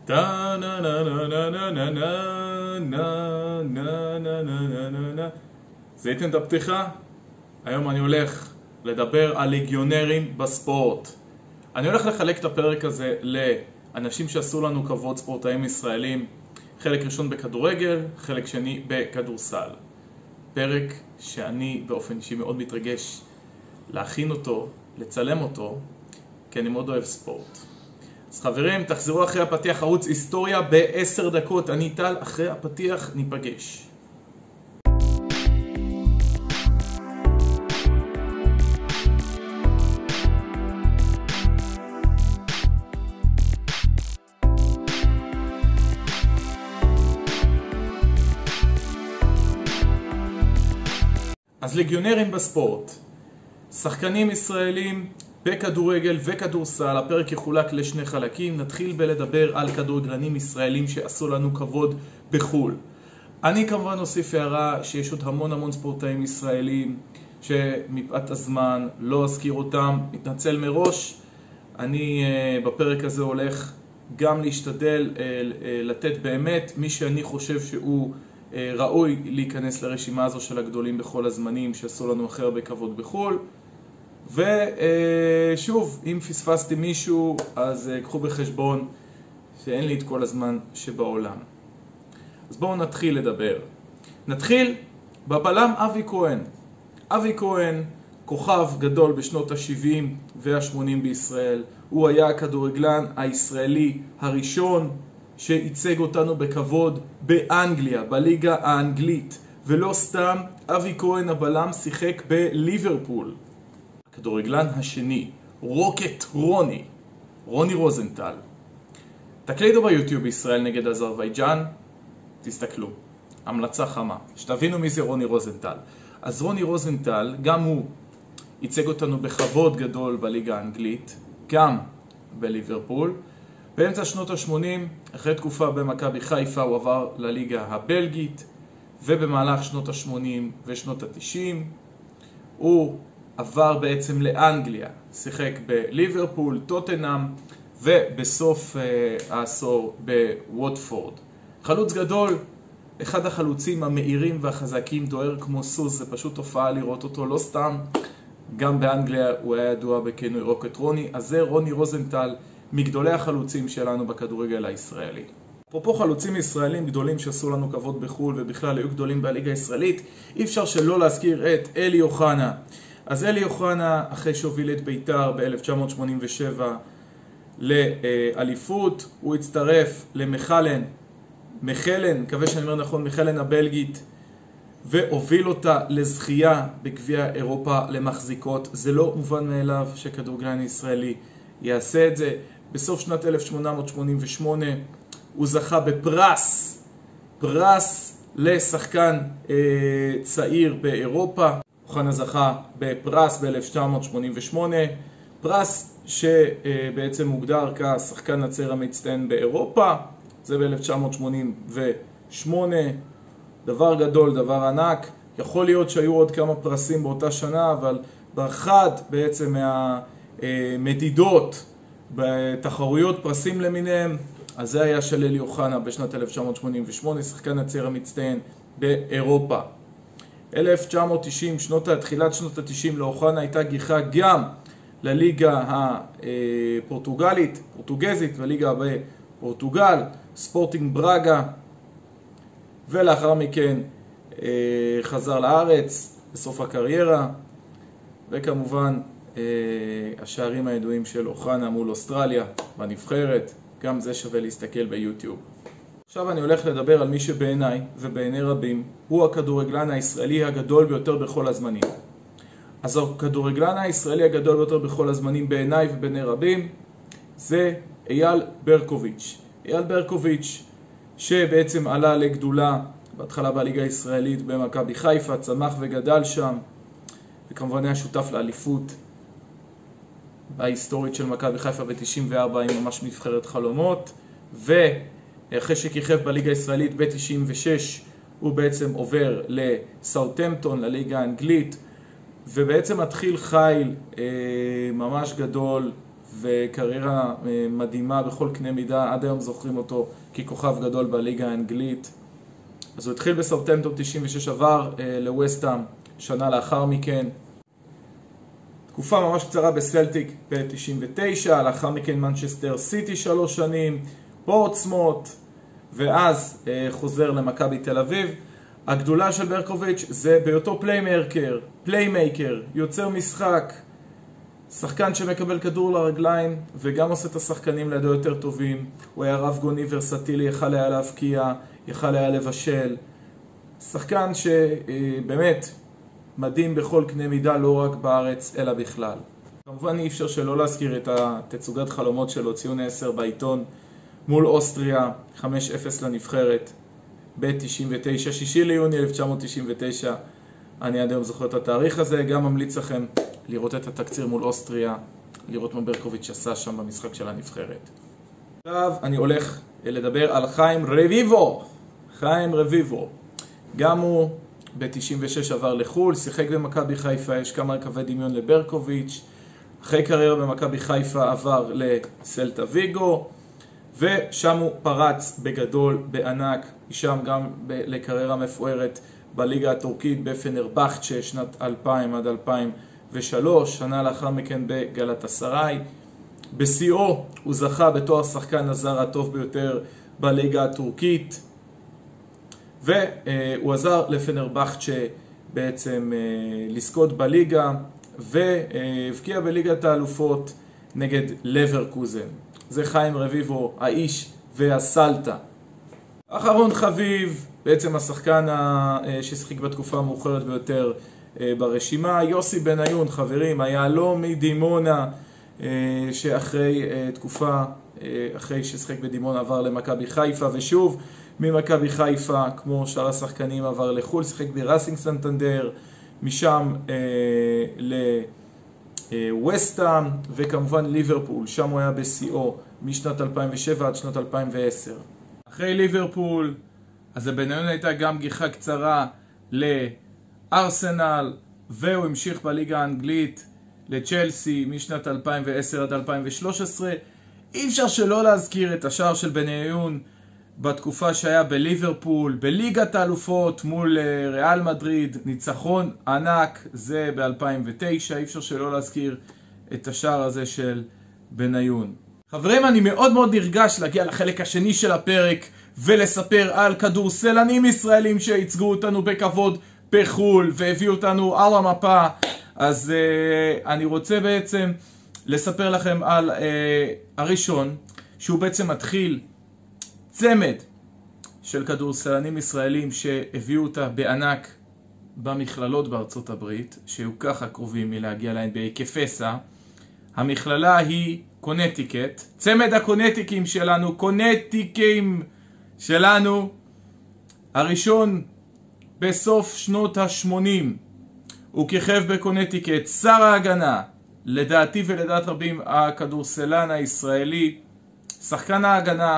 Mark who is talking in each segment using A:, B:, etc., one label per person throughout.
A: זיהיתם את הפתיחה? היום אני הולך לדבר על ליגיונרים בספורט. אני הולך לחלק את הפרק הזה לאנשים שעשו לנו כבוד, ספורטאים ישראלים. חלק ראשון בכדורגל, חלק שני בכדורסל. פרק שאני באופן אישי מאוד מתרגש להכין אותו, לצלם אותו, כי אני מאוד אוהב ספורט. אז חברים, תחזרו אחרי הפתיח, ערוץ היסטוריה ב10 דקות. אני איטל, אחרי הפתיח ניפגש. אז ליגיונרים בספורט, שחקנים ישראלים בכדורגל וכדורסל. הפרק יחולק לשני חלקים. נתחיל בלדבר על כדורגלנים ישראלים שעשו לנו כבוד בחול. אני כמובן אוסיף הערה שיש עוד המון ספורטאים ישראלים שמפאת הזמן לא אזכיר אותם, מתנצל מראש. אני בפרק הזה הולך גם להשתדל לתת באמת מי שאני חושב שהוא ראוי להיכנס לרשימה הזו של הגדולים בכל הזמנים שעשו לנו הכי הרבה כבוד בחול. ושוב, אם פספסתי מישהו, אז קחו בחשבון שאין לי את כל הזמן שבעולם. אז בואו נתחיל לדבר. נתחיל בבלם אבי כהן. אבי כהן, כוכב גדול בשנות ה-70 וה-80 בישראל. הוא היה הכדורגלן הישראלי הראשון שייצג אותנו בכבוד באנגליה, בליגה האנגלית. ולא סתם, אבי כהן הבלם שיחק בליברפול. הכדורגלן השני, רוקט רוני רוזנטל. תקלידו ביוטיוב בישראל נגד אזרבייג'אן, תסתכלו, המלצה חמה, שתבינו מי זה רוני רוזנטל. אז רוני רוזנטל, גם הוא ייצג אותנו בכבוד גדול בליגה האנגלית, גם בליברפול. באמצע שנות ה-80, אחרי תקופה במכבי חיפה, הוא עבר לליגה הבלגית, ובמהלך שנות ה-80 ושנות ה-90, הוא עבר בעצם לאנגליה, שיחק בליברפול, טוטנהאם, ובסוף העשור בווטפורד. חלוץ גדול, אחד החלוצים המהירים והחזקים, דוהר כמו סוס, זה פשוט תופעה לראות אותו, לא סתם. גם באנגליה הוא היה ידוע בכינוי רוקט רוני. אז זה רוני רוזנטל, מגדולי החלוצים שלנו בכדורגל הישראלי. אפרופו חלוצים ישראלים גדולים שעשו לנו כבוד בחול ובכלל היו גדולים בליגה הישראלית, אי אפשר שלא להזכיר את אלי אוחנה. אז אלי אוחנה, אחרי שהוביל את בית"ר ב-1987 לאליפות, הוא הצטרף למחלן, מקווה שאני אומר נכון, מחלן הבלגית, והוביל אותה לזכייה בגביע אירופה למחזיקות. זה לא מובן מאליו שכדורגלן ישראלי יעשה את זה. בסוף שנת 1888 הוא זכה פרס לשחקן צעיר באירופה. אוחנה זכה בפרס ב-1988, פרס שבעצם מוגדר כשחקן הצעיר המצטיין באירופה. זה ב-1988, דבר גדול, דבר ענק. יכול להיות שהיו עוד כמה פרסים באותה שנה, אבל באחת בעצם מהמדידות בתחרויות פרסים למיניהם, אז זה היה של אלי אוחנה בשנת 1988, שחקן הצעיר המצטיין באירופה. 1990, תחילת שנות ה-90, לאוחנה הייתה גיחה גם לליגה הפורטוגזית וליגה בפורטוגל, ספורטינג ברגה, ולאחר מכן חזר לארץ בסוף הקריירה, וכמובן השערים הידועים של אוחנה מול אוסטרליה בנבחרת, גם זה שווה להסתכל ביוטיוב. עכשיו אני הולך לדבר על מי שבעיניי ובעיני רבים הוא הכדורגלן הישראלי הגדול ביותר בכל הזמנים. אז הכדורגלן הישראלי הגדול ביותר בכל הזמנים בעיניי ובעיני רבים זה אייל ברקוביץ'. אייל ברקוביץ' שבעצם עלה לגדולה בהתחלה בליגה הישראלית במכבי חיפה, צמח וגדל שם, וכמובן היה שותף לאליפות ההיסטורית של מכבי חיפה ב-94 עם ממש נבחרת חלומות, ואחרי שכיכב בליגה הישראלית ב-96 הוא בעצם עובר לסאות'המפטון, לליגה האנגלית, ובעצם מתחיל חיל ממש גדול וקריירה מדהימה בכל קנה מידה, עד היום זוכרים אותו ככוכב גדול בליגה האנגלית. אז הוא התחיל בסאות'המפטון 96, עבר לווסטהאם שנה לאחר מכן. תקופה ממש קצרה בסלטיק ב-99, לאחר מכן מנצ'סטר סיטי 3 שנים, פורטסמוט, ואז חוזר למכבי תל אביב. הגדולה של ברקוביץ' זה בהיותו פליימייקר, יוצר משחק, שחקן שמקבל כדור לרגליים וגם עושה את השחקנים לידו יותר טובים. הוא היה רב גוני ורסטילי, יכל היה להבקיע, יכל היה לבשל. שחקן שבאמת מדהים בכל קנה מידה, לא רק בארץ אלא בכלל. כמובן אי אפשר שלא להזכיר את התצוגת חלומות שלו, ציון 10 בעיתון מול אוסטריה, 5-0 לנבחרת ב-99, 6 ליוני 1999. אני עד היום זוכר את התאריך הזה. גם ממליץ לכם לראות את התקציר מול אוסטריה, לראות מה ברקוביץ' עשה שם במשחק של הנבחרת. עכשיו אני הולך לדבר על חיים רביבו. גם הוא ב-96 עבר לחול, שיחק במכבי חיפה, יש כמה קווי דמיון לברקוביץ'. אחרי קריירה במכבי חיפה עבר לסלטה ויגו, ושם הוא פרץ בגדול, בענק, משם גם לקריירה מפוארת בליגה הטורקית בפנרבחצ'ה שנת 2000 עד 2003, שנה לאחר מכן בגלאטסראי. בשיאו הוא זכה בתואר שחקן הזר הטוב ביותר בליגה הטורקית, והוא עזר לפנרבחצ'ה בעצם לזכות בליגה, והבקיע בליגת האלופות נגד לברקוזן. זה חיים רביבו, האיש והסלטה. אחרון חביב, בעצם השחקן ששיחק בתקופה המאוחרת ביותר ברשימה, יוסי בניון. חברים, היהלום מדימונה, שאחרי תקופה, אחרי ששיחק בדימונה עבר למכבי חיפה, ושוב ממכבי חיפה, כמו שאר השחקנים, עבר לחול, שיחק בראסינג סנטנדר, משם לווסטהאם, וכמובן ליברפול, שם הוא היה בשיאו משנת 2007 עד שנת 2010. אחרי ליברפול, אז לבניון הייתה גם גיחה קצרה לארסנל, והוא המשיך בליגה האנגלית לצ'לסי משנת 2010 עד 2013. אי אפשר שלא להזכיר את השער של בניון בתקופה שהיה בליברפול, בליגת האלופות מול ריאל מדריד, ניצחון ענק, זה ב-2009. אי אפשר שלא להזכיר את השער הזה של בניון. חברים, אני מאוד מאוד נרגש להגיע לחלק השני של הפרק ולספר על כדורסלנים ישראלים שייצגו אותנו בכבוד בחול והביאו אותנו על המפה. אז אני רוצה בעצם לספר לכם על הראשון, שהוא בעצם מתחיל צמד של כדורסלנים ישראלים שהביאו אותה בענק במכללות בארצות הברית, שהיו ככה קרובים מלהגיע ל-NBA כפסע. המכללה היא קונטיקט, צמד הקונטיקים שלנו, קונטיקים שלנו. הראשון בסוף שנות ה-80 הוא כיכב בקונטיקט, שר ההגנה, לדעתי ולדעת רבים הכדורסלן הישראלי, שחקן ההגנה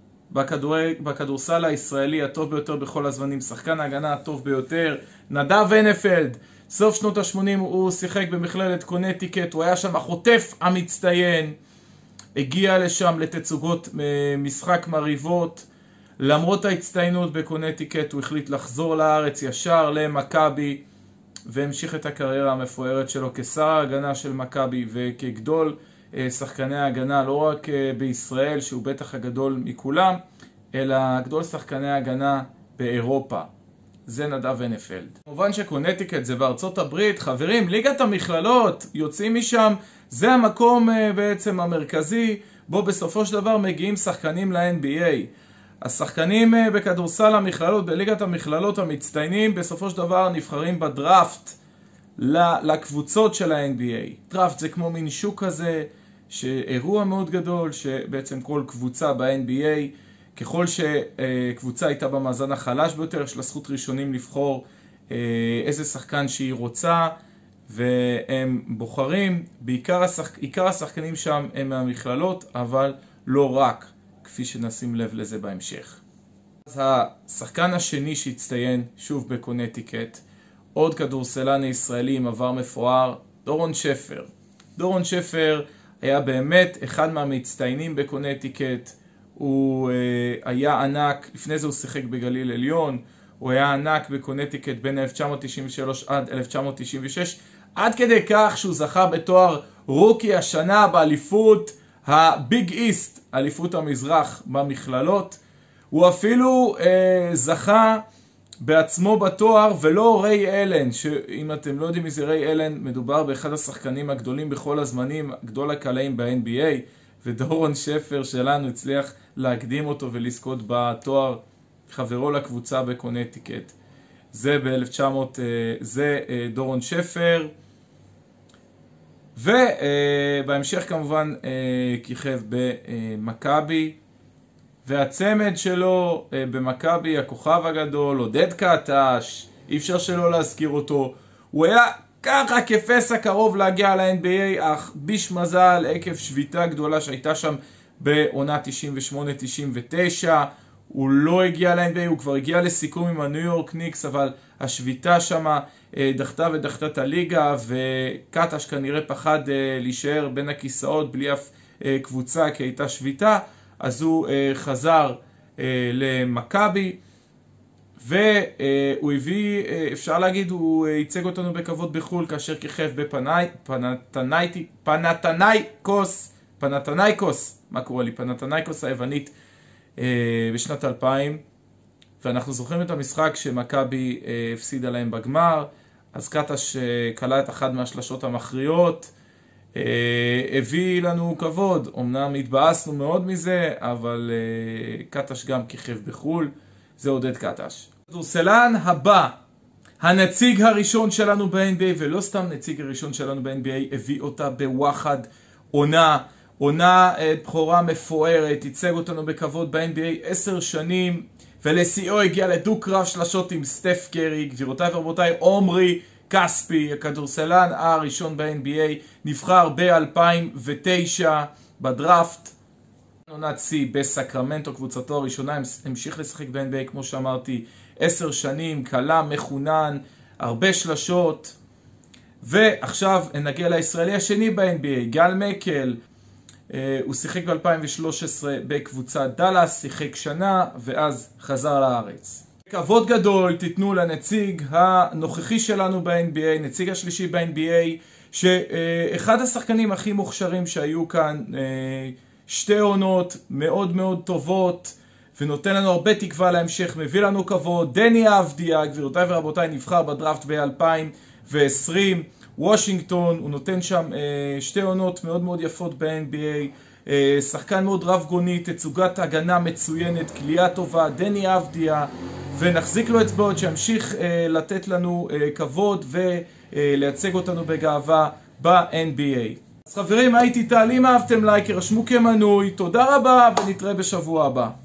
A: בכדורסל הישראלי הטוב ביותר בכל הזמנים, שחקן ההגנה הטוב ביותר, נדב הנפלד. סוף שנות ה-80 הוא שיחק במכללת קונטיקט, הוא היה שם החוטף המצטיין, הגיע לשם לתצוגות משחק מריבות. למרות ההצטיינות בקונטיקט הוא החליט לחזור לארץ ישר למכבי, והמשיך את הקריירה המפוארת שלו כשר ההגנה של מכבי וכגדול שחקני ההגנה, לא רק בישראל שהוא בטח הגדול מכולם, אלא גדול שחקני ההגנה באירופה. זה נדב הנפלד. כמובן שקונטיקט זה בארצות הברית. חברים, ליגת המכללות, יוצאים משם, זה המקום בעצם המרכזי בו בסופו של דבר מגיעים שחקנים ל-NBA. השחקנים בכדורסל המכללות, בליגת המכללות המצטיינים, בסופו של דבר נבחרים בדראפט לקבוצות של ה-NBA. דראפט זה כמו מין שוק כזה, שאירוע מאוד גדול, שבעצם כל קבוצה ב-NBA, ככל שקבוצה הייתה במאזן החלש ביותר, יש לה זכות ראשונים לבחור איזה שחקן שהיא רוצה, והם בוחרים, עיקר השחקנים שם הם מהמכללות, אבל לא רק, כפי שנשים לב לזה בהמשך. אז השחקן השני שהצטיין שוב בקונטיקט, עוד כדורסלן ישראלי עם עבר מפואר, דורון שפר. דורון שפר היה באמת אחד מהמצטיינים בקונטיקט, הוא היה ענק, לפני זה הוא שיחק בגליל עליון, הוא היה ענק בקונטיקט בין 1993 עד 1996, עד כדי כך שהוא זכה בתואר רוקי השנה באליפות הביג איסט, אליפות המזרח במכללות. הוא אפילו זכה בעצמו בתואר, ולא ריי אלן, שאם אתם לא יודעים מי זה ריי אלן, מדובר באחד השחקנים הגדולים בכל הזמנים, גדול הקלעים ב-NBA, ודורון שפר שלנו הצליח להקדים אותו ולזכות בתואר חברו לקבוצה בקונטיקט. זה זה דורון שפר, ובהמשך כמובן כיכב במכבי, והצמד שלו במכבי, הכוכב הגדול, עודד קטש, אי אפשר שלא להזכיר אותו. הוא היה ככה כפסע קרוב להגיע ל-NBA, אך ביש מזל עקב שביתה גדולה שהייתה שם בעונה 98-99. הוא לא הגיע ל-NBA, הוא כבר הגיע לסיכום עם הניו יורק ניקס, אבל השביתה שם דחתה ודחתה את הליגה, וקטש כנראה פחד להישאר בין הכיסאות בלי אף קבוצה כי הייתה שביתה. אז הוא חזר למכבי, והוא הביא, אפשר להגיד, הוא ייצג אותנו בכבוד בחול כאשר כיכב פנתנייקוס, מה קורה לי? פנתנייקוס היוונית בשנת 2000, ואנחנו זוכרים את המשחק שמכבי הפסידה להם בגמר. אז קטש קלה את אחד מהשלשות המכריעות, הביא לנו כבוד. אמנם התבאסנו מאוד מזה, אבל קטש גם כיכב בחול. זה עודד קטש. הכדורסלן הבא, הנציג הראשון שלנו ב-NBA, ולא סתם נציג הראשון שלנו ב-NBA, הביא אותה בוואחד עונה בחורה מפוארת, ייצג אותנו בכבוד ב-NBA 10 שנים, ולסיאו הגיע לדוק קרב שלשות עם סטף קרי. גבירותיי ורבותיי, עומרי כספי, הכדורסלן הראשון ב-NBA, נבחר ב-2009 בדראפט. עונת שיא בסקרמנטו, קבוצתו הראשונה, המשיך לשחק ב-NBA כמו שאמרתי 10 שנים, קלה, מחונן, הרבה שלשות. ועכשיו נגיע לישראלי השני ב-NBA, גל מקל. הוא שיחק ב-2013 בקבוצת דלס, שיחק שנה ואז חזר לארץ. כבוד גדול תיתנו לנציג הנוכחי שלנו ב-NBA, נציג השלישי ב-NBA, שאחד השחקנים הכי מוכשרים שהיו כאן, 2 עונות מאוד מאוד טובות, ונותן לנו הרבה תקווה להמשך, מביא לנו כבוד. דני אבדיה, גבירותיי ורבותיי, נבחר בדראפט ב-2020, וושינגטון. הוא נותן שם 2 עונות מאוד מאוד יפות ב-NBA, שחקן מאוד רב גוני, תצוגת הגנה מצוינת, כלייה טובה. דני אבדיה, ונחזיק לו אצבעות שימשיך לתת לנו כבוד ולייצג אותנו בגאווה ב-NBA. אז חברים, הייתי טל, אם אהבתם לייק, רשמו כמנוי, תודה רבה ונתראה בשבוע הבא.